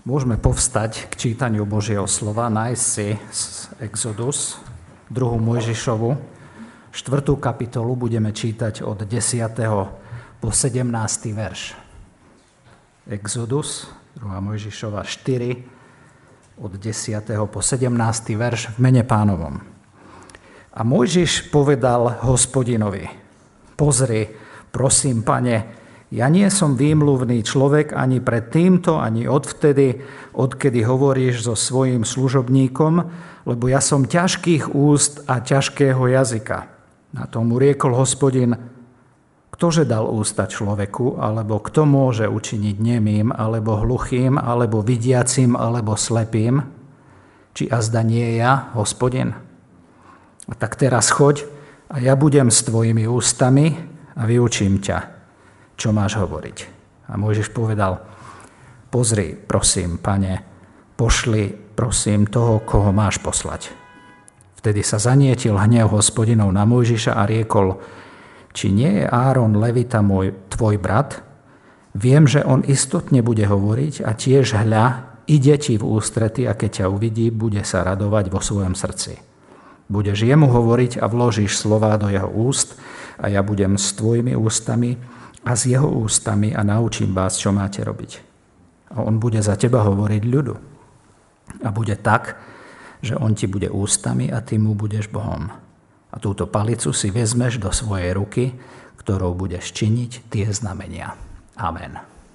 Môžeme povstať k čítaniu Božieho slova, nájsť si z Exodus, 2. Mojžišovu, 4. kapitolu, budeme čítať od 10. po 17. verš. Exodus, 2. Mojžišova 4, od 10. po 17. verš v mene Pánovom. A Mojžiš povedal Hospodinovi: Pozri, prosím, Pane, ja nie som výmluvný človek ani pred týmto, ani odvtedy, odkedy hovoríš so svojím služobníkom, lebo ja som ťažkých úst a ťažkého jazyka. Na to mu riekol Hospodin: Ktože dal ústa človeku, alebo kto môže učiniť nemým, alebo hluchým, alebo vidiacim, alebo slepým? Či azda nie ja, Hospodin? A tak teraz choď a ja budem s tvojimi ústami a vyučím ťa, čo máš hovoriť. A Mojžiš povedal: Pozri, prosím, Pane, pošli, prosím, toho, koho máš poslať. Vtedy sa zanietil hnev Hospodinov na Mojžiša a riekol: Či nie je Áron Levita tvoj brat? Viem, že on istotne bude hovoriť a tiež hľa, ide ti v ústrety a keď ťa uvidí, bude sa radovať vo svojom srdci. Budeš jemu hovoriť a vložíš slová do jeho úst a ja budem s tvojimi ústami a s jeho ústami a naučím vás, čo máte robiť. A on bude za teba hovoriť ľudu. A bude tak, že on ti bude ústami a ty mu budeš Bohom. A túto palicu si vezmeš do svojej ruky, ktorou budeš činiť tie znamenia. Amen.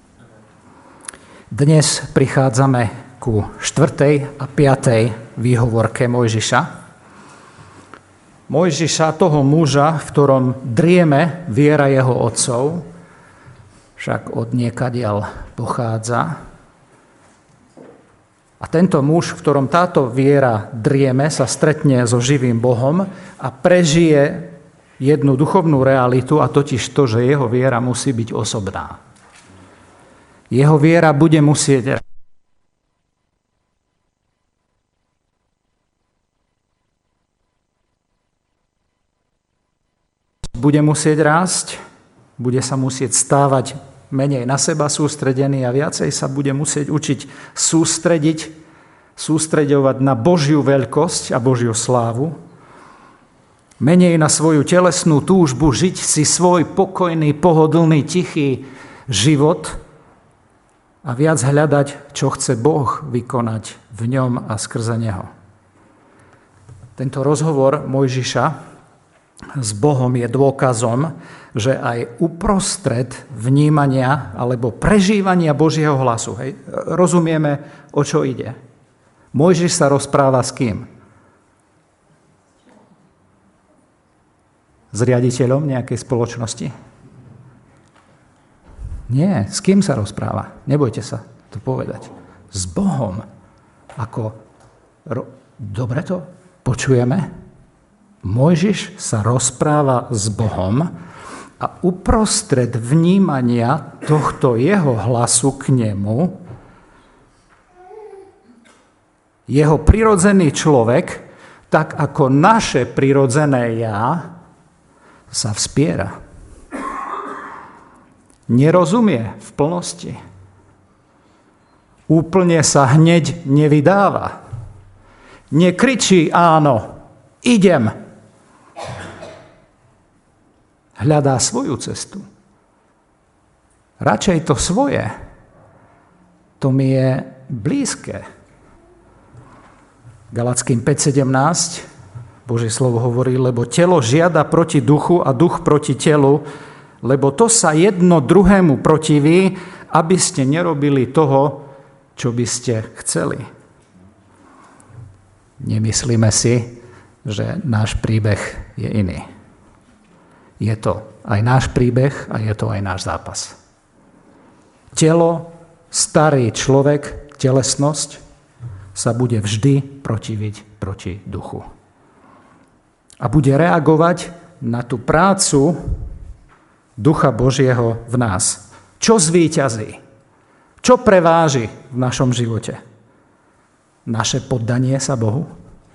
Dnes prichádzame ku 4. a 5. výhovorke Mojžiša. Mojžiša, toho muža, v ktorom drieme viera jeho otcov, však od niekadiaľ pochádza. A tento muž, v ktorom táto viera drieme, sa stretne so živým Bohom a prežije jednu duchovnú realitu, a totiž to, že jeho viera musí byť osobná. Jeho viera bude musieť rásť, bude sa musieť stávať menej na seba sústredený a viacej sa bude musieť učiť sústreďovať na Božiu veľkosť a Božiu slávu, menej na svoju telesnú túžbu žiť si svoj pokojný, pohodlný, tichý život a viac hľadať, čo chce Boh vykonať v ňom a skrze neho. Tento rozhovor Mojžiša s Bohom je dôkazom, že aj uprostred vnímania alebo prežívania Božieho hlasu, rozumieme, o čo ide. Mojžiš sa rozpráva s kým? S riaditeľom nejakej spoločnosti? Nie, s kým sa rozpráva? Nebojte sa to povedať. S Bohom. Dobre to počujeme? Mojžiš sa rozpráva s Bohom a uprostred vnímania tohto jeho hlasu k nemu jeho prirodzený človek, tak ako naše prirodzené ja, sa vspiera. Nerozumie v plnosti. Úplne sa hneď nevydáva. Nekričí áno, idem. Hľadá svoju cestu. Radšej to svoje. To mi je blízke. Galatským 5.17 Božie slovo hovorí: lebo telo žiada proti duchu a duch proti telu, lebo to sa jedno druhému protiví, aby ste nerobili toho, čo by ste chceli. Nemyslíme si, že náš príbeh je iný. Je to aj náš príbeh a je to aj náš zápas. Telo, starý človek, telesnosť sa bude vždy protiviť proti duchu. A bude reagovať na tú prácu Ducha Božieho v nás. Čo zvíťazí? Čo preváži v našom živote? Naše poddanie sa Bohu?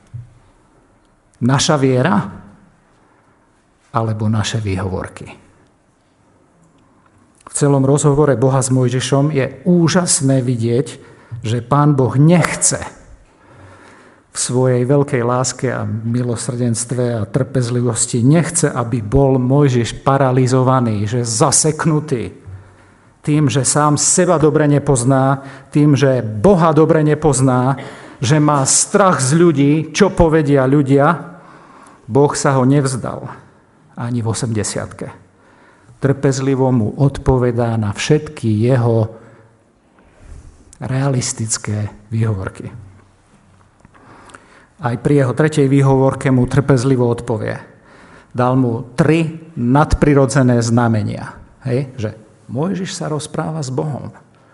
Naša viera? Alebo naše výhovorky? V celom rozhovore Boha s Mojžišom je úžasné vidieť, že Pán Boh nechce v svojej veľkej láske a milosrdenstve a trpezlivosti, nechce, aby bol Mojžiš paralizovaný, že zaseknutý tým, že sám seba dobre nepozná, tým, že Boha dobre nepozná, že má strach z ľudí, čo povedia ľudia. Boh sa ho nevzdal ani v 80-ke. Trpezlivo mu odpovedá na všetky jeho realistické výhovorky. Aj pri jeho tretej výhovorke mu trpezlivo odpovie. Dal mu 3 nadprirodzené znamenia. Hej? Že Mojžiš sa rozpráva s Bohom.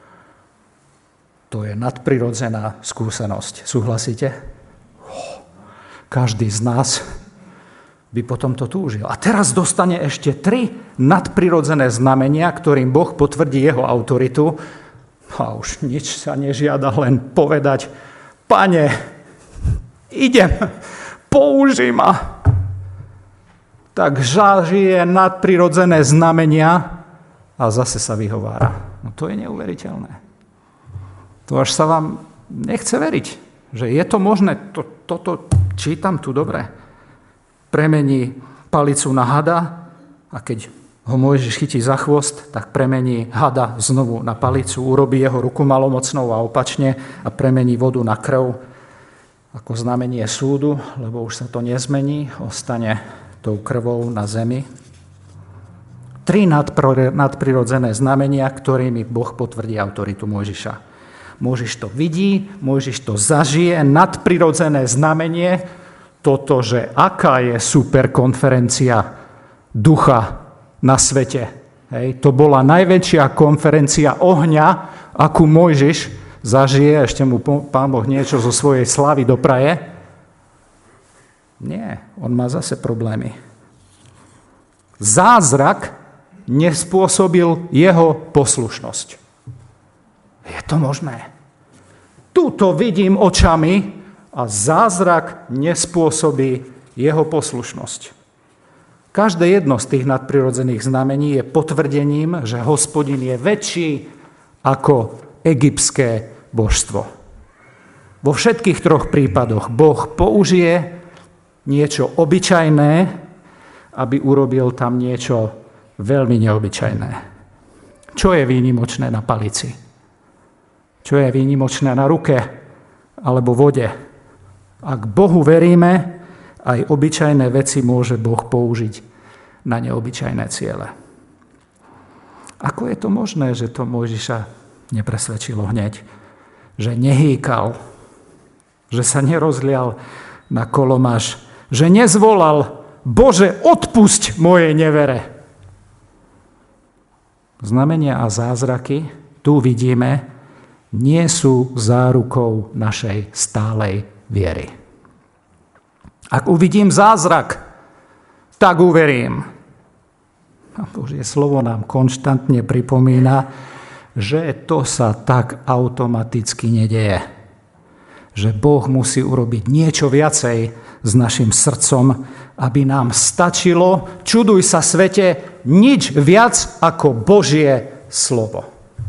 To je nadprirodzená skúsenosť. Súhlasíte? Každý z nás by potom to túžil. A teraz dostane ešte 3 nadprirodzené znamenia, ktorým Boh potvrdí jeho autoritu. A už nič sa nežiada, len povedať: Pane, idem, použij ma. Tak žije nadprirodzené znamenia a zase sa vyhovára. No to je neuveriteľné. To až sa vám nechce veriť, že je to možné. Toto čítam tu dobre. Premení palicu na hada a keď ho Mojžiš chytí za chvost, tak premení hada znovu na palicu, urobí jeho ruku malomocnou a opačne a premení vodu na krv ako znamenie súdu, lebo už sa to nezmení, ostane tou krvou na zemi. 3 nadprirodzené znamenia, ktorými Boh potvrdí autoritu Mojžiša. Mojžiš to vidí, Mojžiš to zažije, nadprirodzené znamenie, toto, že aká je superkonferencia ducha na svete. Hej, to bola najväčšia konferencia ohňa, akú Mojžiš zažije, ešte mu Pán Boh niečo zo svojej slávy dopraje. Nie, on má zase problémy. Zázrak nespôsobil jeho poslušnosť. Je to možné? Tuto vidím očami a zázrak nespôsobí jeho poslušnosť. Každé jedno z tých nadprirodzených znamení je potvrdením, že Hospodin je väčší ako egyptské božstvo. Vo všetkých 3 prípadoch Boh použije niečo obyčajné, aby urobil tam niečo veľmi neobyčajné. Čo je výnimočné na palici? Čo je výnimočné na ruke alebo vode? Ak Bohu veríme, aj obyčajné veci môže Boh použiť na neobyčajné ciele. Ako je to možné, že to Mojžiša nepresvedčilo hneď? Že nehýkal, že sa nerozlial na kolomáš, že nezvolal: Bože, odpusť mojej nevere. Znamenia a zázraky, tu vidíme, nie sú zárukou našej stálej viery. Ak uvidím zázrak, tak uverím. A Božie slovo nám konštantne pripomína, že to sa tak automaticky nedeje. Že Boh musí urobiť niečo viacej s našim srdcom, aby nám stačilo, čuduj sa svete, nič viac ako Božie slovo.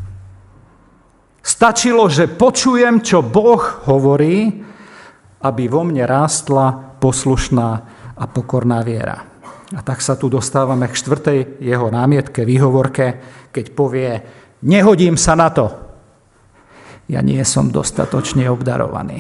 Stačilo, že počujem, čo Boh hovorí, aby vo mne rástla poslušná a pokorná viera. A tak sa tu dostávame k 4. jeho námietke, výhovorke, keď povie: nehodím sa na to. Ja nie som dostatočne obdarovaný.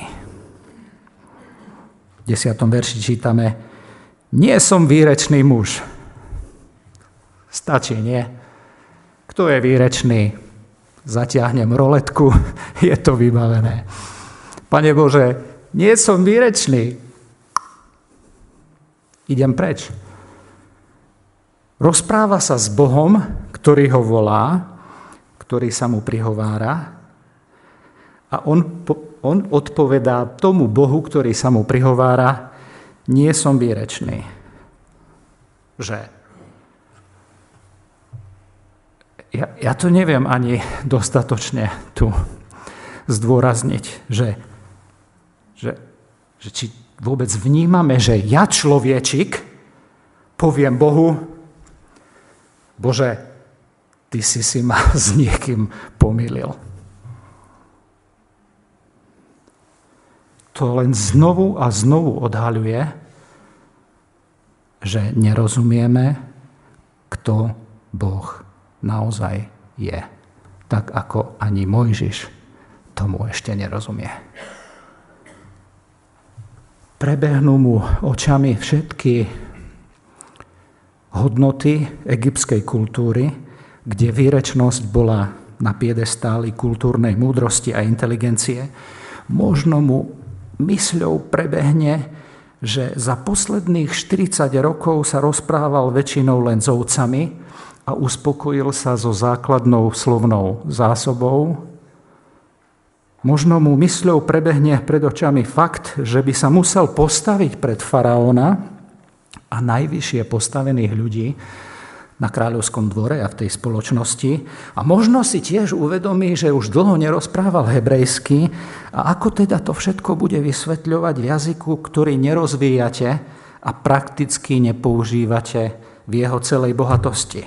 V 10. verši čítame: nie som výrečný muž. Stačí, nie? Kto je výrečný? Zatiahnem roletku, je to vybavené. Pane Bože, nie som výrečný. Idem preč. Rozpráva sa s Bohom, ktorý ho volá, ktorý sa mu prihovára, a on odpovedá tomu Bohu, ktorý sa mu prihovára: nie som výrečný. Že ja to neviem ani dostatočne tu zdôrazniť, že či vôbec vnímame, že ja, človečik, poviem Bohu: Bože, ty si ma s niekým pomýlil. to len znovu a znovu odhaľuje, že nerozumieme, kto Boh naozaj je. Tak ako ani Mojžiš tomu ešte nerozumie. Prebehnú mu očami všetky hodnoty egyptskej kultúry, kde výrečnosť bola na piedestáli kultúrnej múdrosti a inteligencie. Možno mu mysľou prebehne, že za posledných 40 rokov sa rozprával väčšinou len s ovcami a uspokojil sa so základnou slovnou zásobou. Možno mu mysľou prebehne pred očami fakt, že by sa musel postaviť pred faraóna a najvyššie postavených ľudí na kráľovskom dvore a v tej spoločnosti. A možno si tiež uvedomí, že už dlho nerozprával hebrejsky a ako teda to všetko bude vysvetľovať v jazyku, ktorý nerozvíjate a prakticky nepoužívate v jeho celej bohatosti.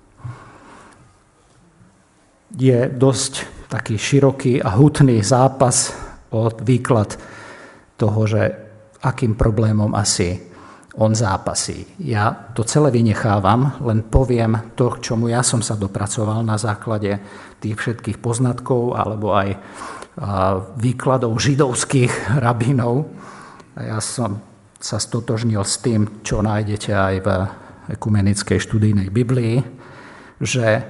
Je dosť taký široký a hutný zápas o výklad toho, že akým problémom asi on zápasí. Ja to celé vynechávam, len poviem to, k čomu ja som sa dopracoval na základe tých všetkých poznatkov alebo aj výkladov židovských rabínov. A ja som sa stotožnil s tým, čo nájdete aj v ekumenickej študijnej Biblii, že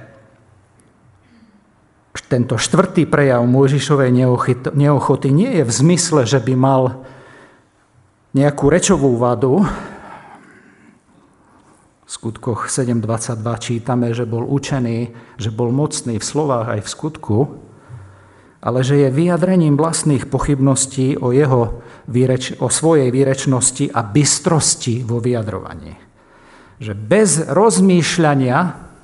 tento štvrtý prejav Mojžišovej neochoty nie je v zmysle, že by mal nejakú rečovú vadu. V skutkoch 7.22 čítame, že bol učený, že bol mocný v slovách aj v skutku, ale že je vyjadrením vlastných pochybností o svojej výrečnosti a bystrosti vo vyjadrovaní. Že bez rozmýšľania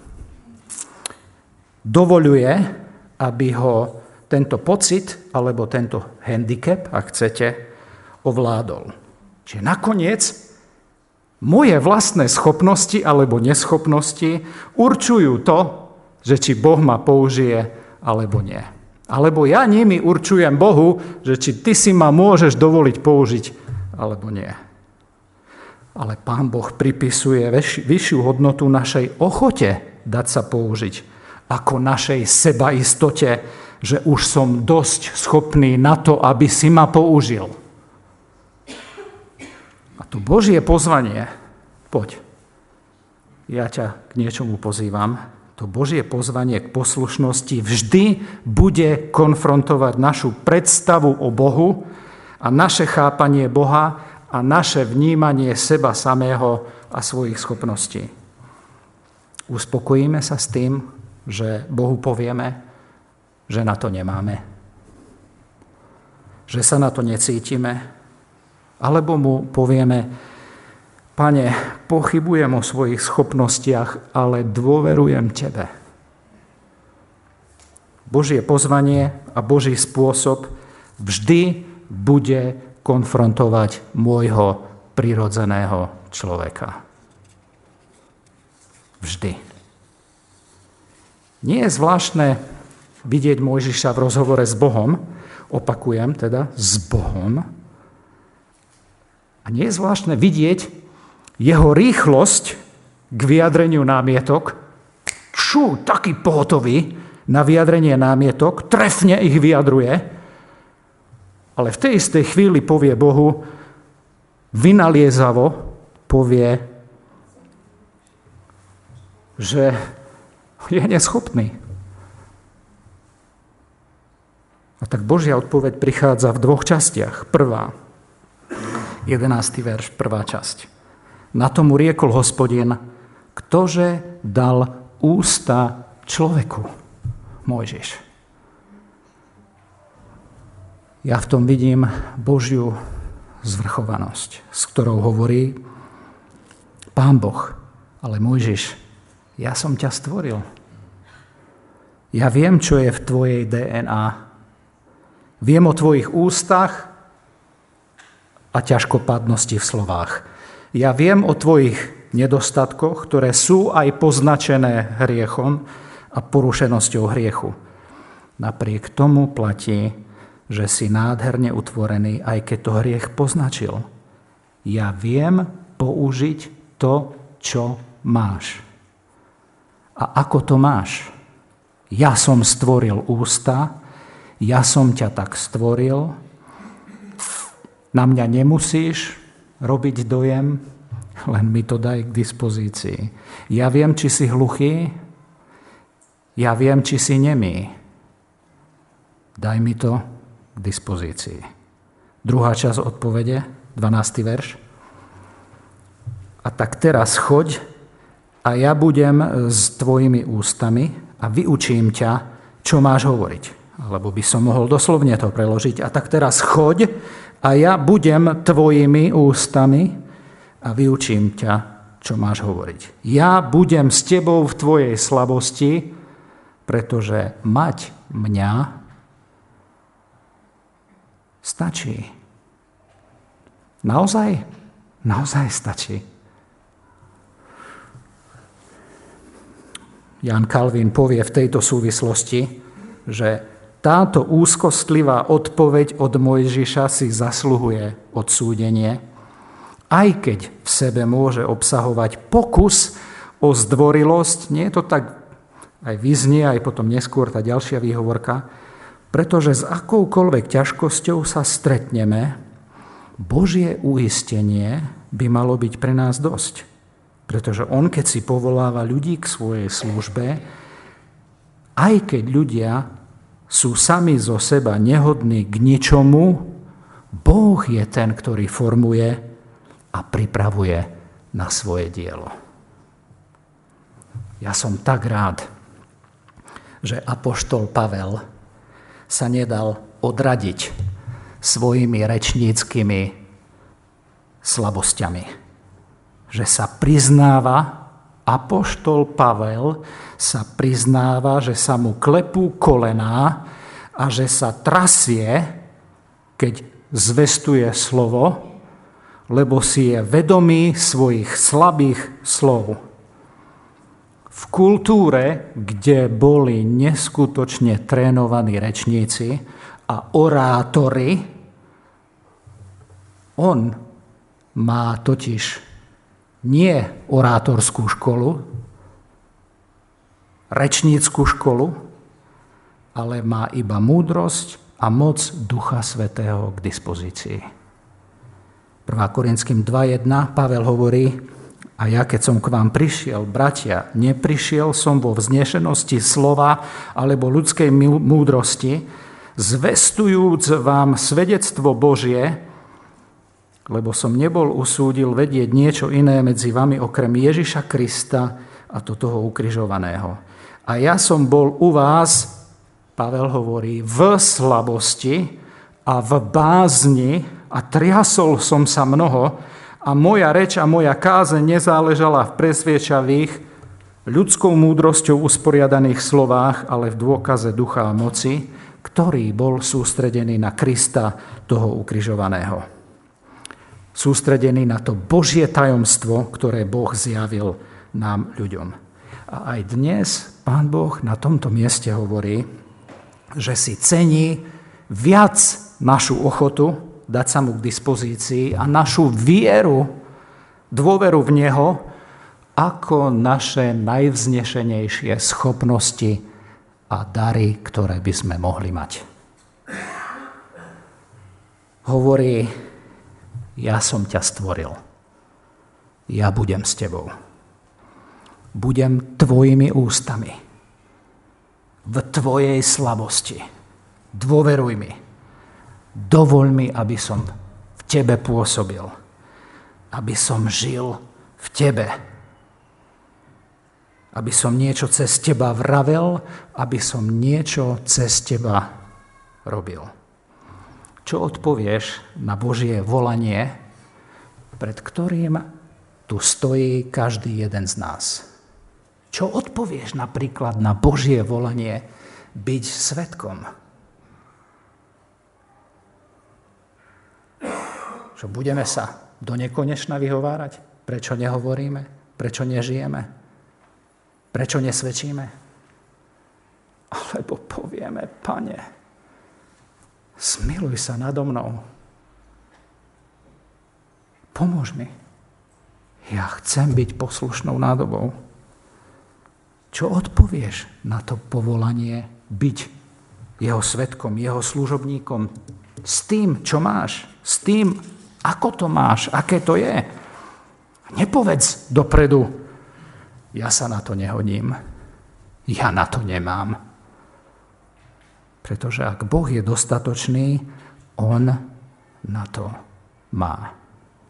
dovoľuje, aby ho tento pocit alebo tento handicap, ak chcete, ovládol. Čiže nakoniec moje vlastné schopnosti alebo neschopnosti určujú to, že či Boh ma použije alebo nie. Alebo ja nimi určujem Bohu, že či ty si ma môžeš dovoliť použiť alebo nie. Ale Pán Boh pripisuje vyššiu hodnotu našej ochote dať sa použiť ako našej sebaistote, že už som dosť schopný na to, aby si ma použil. To Božie pozvanie, poď, ja ťa k niečomu pozývam, to Božie pozvanie k poslušnosti vždy bude konfrontovať našu predstavu o Bohu a naše chápanie Boha a naše vnímanie seba samého a svojich schopností. Uspokojíme sa s tým, že Bohu povieme, že na to nemáme, že sa na to necítime, alebo mu povieme, Pane, pochybujem o svojich schopnostiach, ale dôverujem Tebe. Božie pozvanie a Boží spôsob vždy bude konfrontovať môjho prirodzeného človeka. Vždy. Nie je zvláštne vidieť Mojžiša v rozhovore s Bohom, opakujem teda, s Bohom, a nie je zvláštne vidieť jeho rýchlosť k vyjadreniu námietok. Taký pohotový na vyjadrenie námietok, trefne ich vyjadruje, ale v tej istej chvíli povie Bohu, vynaliezavo povie, že je neschopný. A tak Božia odpoveď prichádza v dvoch častiach. Prvá, 11. verš, prvá časť. Na tomu riekol Hospodin, ktože dal ústa človeku? Mojžiš. Ja v tom vidím Božiu zvrchovanosť, s ktorou hovorí Pán Boh, ale Mojžiš, ja som ťa stvoril. Ja viem, čo je v tvojej DNA. Viem o tvojich ústach a ťažkopádnosti v slovách. Ja viem o tvojich nedostatkoch, ktoré sú aj poznačené hriechom a porušenosťou hriechu. Napriek tomu platí, že si nádherne utvorený, aj keď to hriech poznačil. Ja viem použiť to, čo máš. A ako to máš? Ja som stvoril ústa, ja som ťa tak stvoril, na mňa nemusíš robiť dojem, len mi to daj k dispozícii. Ja viem, či si hluchý, ja viem, či si nemý. Daj mi to k dispozícii. Druhá časť odpovede, 12. verš. A tak teraz choď a ja budem s tvojimi ústami a vyučím ťa, čo máš hovoriť. Alebo by som mohol doslovne to preložiť. A tak teraz choď a ja budem tvojimi ústami a vyučím ťa, čo máš hovoriť. Ja budem s tebou v tvojej slabosti, pretože mať mňa stačí. Naozaj stačí. Jan Kalvín povie v tejto súvislosti, že táto úzkostlivá odpoveď od Mojžiša si zasluhuje odsúdenie, aj keď v sebe môže obsahovať pokus o zdvorilosť. Nie je to tak, aj vyznie, aj potom neskôr tá ďalšia výhovorka, pretože s akoukoľvek ťažkosťou sa stretneme, Božie uistenie by malo byť pre nás dosť. Pretože on, keď si povoláva ľudí k svojej službe, aj keď ľudia sú sami zo seba nehodní k ničomu, Boh je ten, ktorý formuje a pripravuje na svoje dielo. Ja som tak rád, že apoštol Pavel sa nedal odradiť svojimi rečníckymi slabosťami. Že sa priznáva, apoštol Pavel sa priznáva, že sa mu klepú kolená a že sa trasie, keď zvestuje slovo, lebo si je vedomý svojich slabých slov. V kultúre, kde boli neskutočne trénovaní rečníci a orátori, on má totiž nie orátorskú školu, rečnícku školu, ale má iba múdrosť a moc Ducha Svätého k dispozícii. 1. Korinským 2.1 Pavel hovorí: a ja, keď som k vám prišiel, bratia, neprišiel som vo vznešenosti slova alebo ľudskej múdrosti, zvestujúc vám svedectvo Božie, lebo som nebol usúdil vedieť niečo iné medzi vami okrem Ježiša Krista a toho ukrižovaného. A ja som bol u vás, Pavel hovorí, v slabosti a v bázni a triasol som sa mnoho, a moja reč a moja kázeň nezáležala v presviečavých, ľudskou múdrosťou usporiadaných slovách, ale v dôkaze ducha a moci, ktorý bol sústredený na Krista, toho ukrižovaného. Sústredený na to Božie tajomstvo, ktoré Boh zjavil nám ľuďom. A aj dnes Pán Boh na tomto mieste hovorí, že si cení viac našu ochotu dať sa mu k dispozícii a našu vieru, dôveru v Neho, ako naše najvznešenejšie schopnosti a dary, ktoré by sme mohli mať. Hovorí: ja som ťa stvoril. Ja budem s tebou. Budem tvojimi ústami. V tvojej slabosti. Dôveruj mi. Dovoľ mi, aby som v tebe pôsobil. Aby som žil v tebe. Aby som niečo cez teba vravel, aby som niečo cez teba robil. Čo odpovieš na Božie volanie, pred ktorým tu stojí každý jeden z nás? Čo odpovieš napríklad na Božie volanie byť svedkom? Čo budeme sa do nekonečna vyhovárať? Prečo nehovoríme? Prečo nežijeme? Prečo nesvedčíme? Alebo povieme: Pane, Smiluj sa nado mnou. Pomôž mi. Ja chcem byť poslušnou nádobou. Čo odpovieš na to povolanie byť jeho svedkom, jeho služobníkom s tým, čo máš, s tým, ako to máš, aké to je? Nepovedz dopredu, ja sa na to nehodím, ja na to nemám. Pretože ak Boh je dostatočný, on na to má.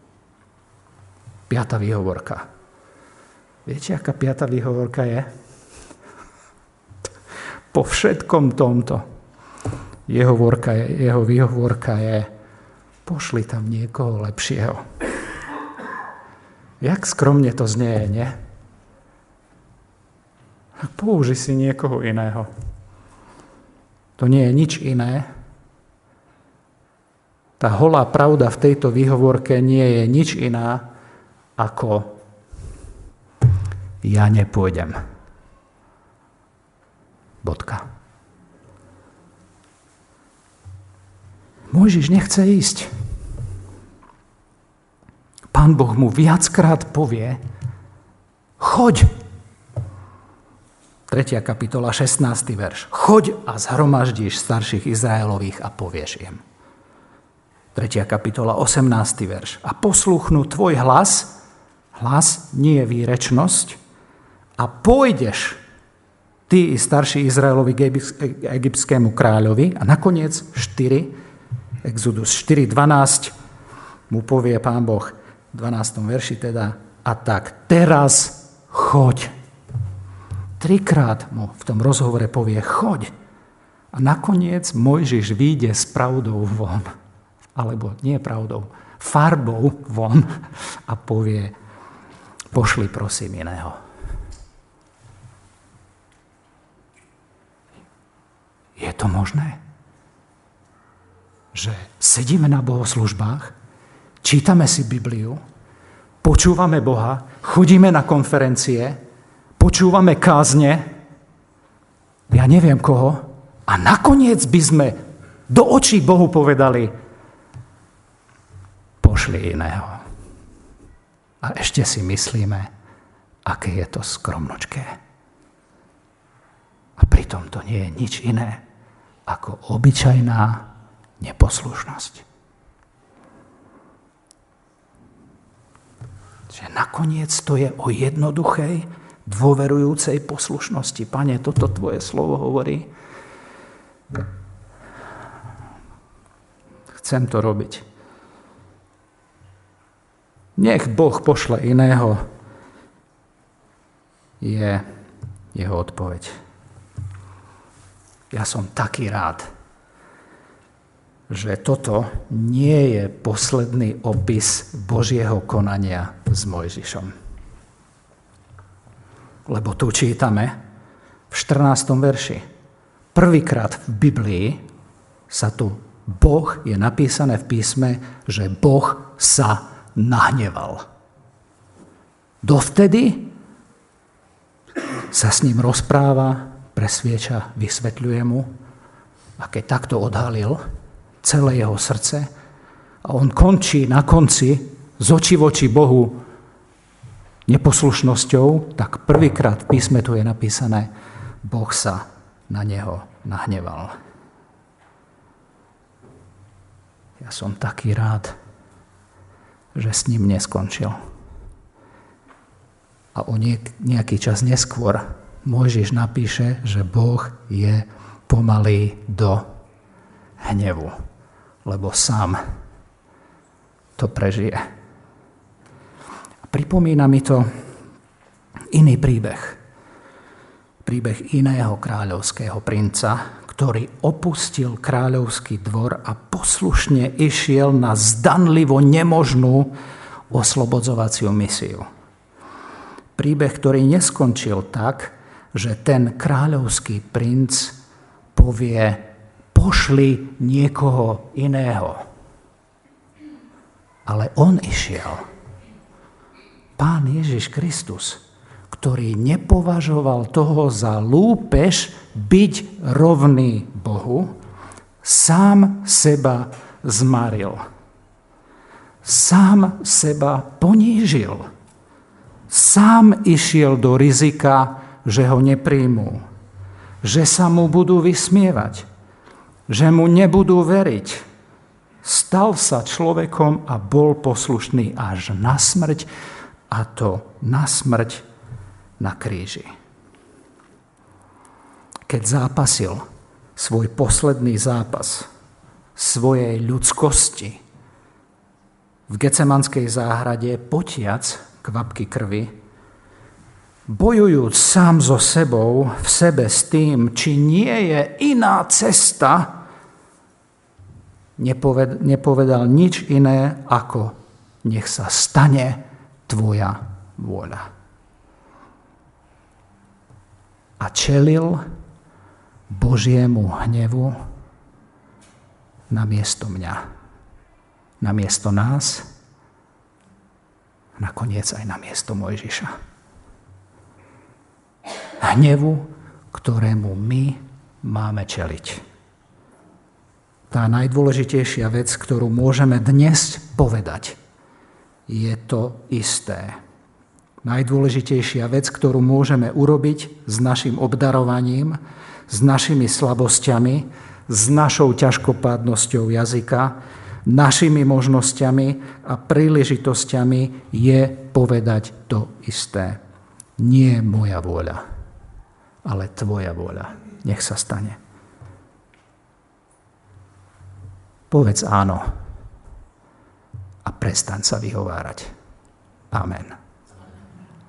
5. výhovorka. Viete, aká 5. výhovorka je? Po všetkom tomto jeho výhovorka je pošli tam niekoho lepšieho. Jak skromne to znie, nie? Použi si niekoho iného. To nie je nič iné. Tá holá pravda v tejto výhovorke nie je nič iná, ako ja nepôjdem. Bodka. Mojžiš nechce ísť. Pán Boh mu viackrát povie, choď. 3. kapitola, 16. verš. Choď a zhromaždíš starších Izraelových a povieš im. 3. kapitola, 18. verš. A posluchnú tvoj hlas nie je výrečnosť, a pôjdeš ty i starší Izraelovi k egyptskému kráľovi. A nakoniec 4, Exodus 4.12 mu povie Pán Boh v 12. verši teda, a tak teraz choď. 3-krát mu v tom rozhovore povie choď. A nakoniec Mojžiš vyjde s pravdou von, alebo nie pravdou, farbou von a povie, pošli prosím iného. Je to možné? Že sedíme na bohoslužbách, čítame si Bibliu, počúvame Boha, chodíme na konferencie, počúvame kázne, ja neviem koho, a nakoniec by sme do očí Bohu povedali, pošli iného. A ešte si myslíme, aké je to skromnočké. A pritom to nie je nič iné, ako obyčajná neposlušnosť. Že nakoniec to je o jednoduchej, dôverujúcej poslušnosti. Pane, toto tvoje slovo hovorí. Chcem to robiť. Nech Boh pošle iného, je jeho odpoveď. Ja som taký rád, že toto nie je posledný opis Božieho konania s Mojžišom. Lebo tu čítame v 14. verši. Prvýkrát v Biblii sa tu Boh, je napísané v písme, že Boh sa nahneval. Dovtedy sa s ním rozpráva, presvieča, vysvetľuje mu, a keď takto odhalil celé jeho srdce a on končí na konci z očí v oči Bohu neposlušnosťou, tak prvýkrát v písme tu je napísané, Boh sa na neho nahneval. Ja som taký rád, že s ním neskončil. A o nejaký čas neskôr Mojžiš napíše, že Boh je pomalý do hnevu, lebo sám to prežije. A pripomína mi to iný príbeh. Príbeh iného kráľovského princa, ktorý opustil kráľovský dvor a poslušne išiel na zdanlivo nemožnú oslobodzovaciu misiu. Príbeh, ktorý neskončil tak, že ten kráľovský princ povie, pošli niekoho iného. Ale on išiel. Pán Ježiš Kristus, ktorý nepovažoval toho za lúpež byť rovný Bohu, Sám seba zmaril. Sám seba ponížil. Sám išiel do rizika, že ho nepríjmú, že sa mu budú vysmievať, že mu nebudú veriť. Stal sa človekom a bol poslušný až na smrť, a to na smrť na kríži. Keď zápasil svoj posledný zápas svojej ľudskosti v Getsemanskej záhrade, potiac kvapky krvi, bojujúc sám so sebou, v sebe s tým, či nie je iná cesta, nepovedal nič iné, ako nech sa stane tvoja vôľa. A čelil Božiemu hnevu namiesto mňa, namiesto nás, nakoniec aj namiesto Mojžiša. Hnevu, ktorému my máme čeliť. Tá najdôležitejšia vec, ktorú môžeme dnes povedať, je to isté. Najdôležitejšia vec, ktorú môžeme urobiť s našim obdarovaním, s našimi slabosťami, s našou ťažkopádnosťou jazyka, našimi možnosťami a príležitosťami, je povedať to isté. Nie moja vôľa, ale tvoja vôľa. Nech sa stane. Povedz áno a prestaň sa vyhovárať. Amen.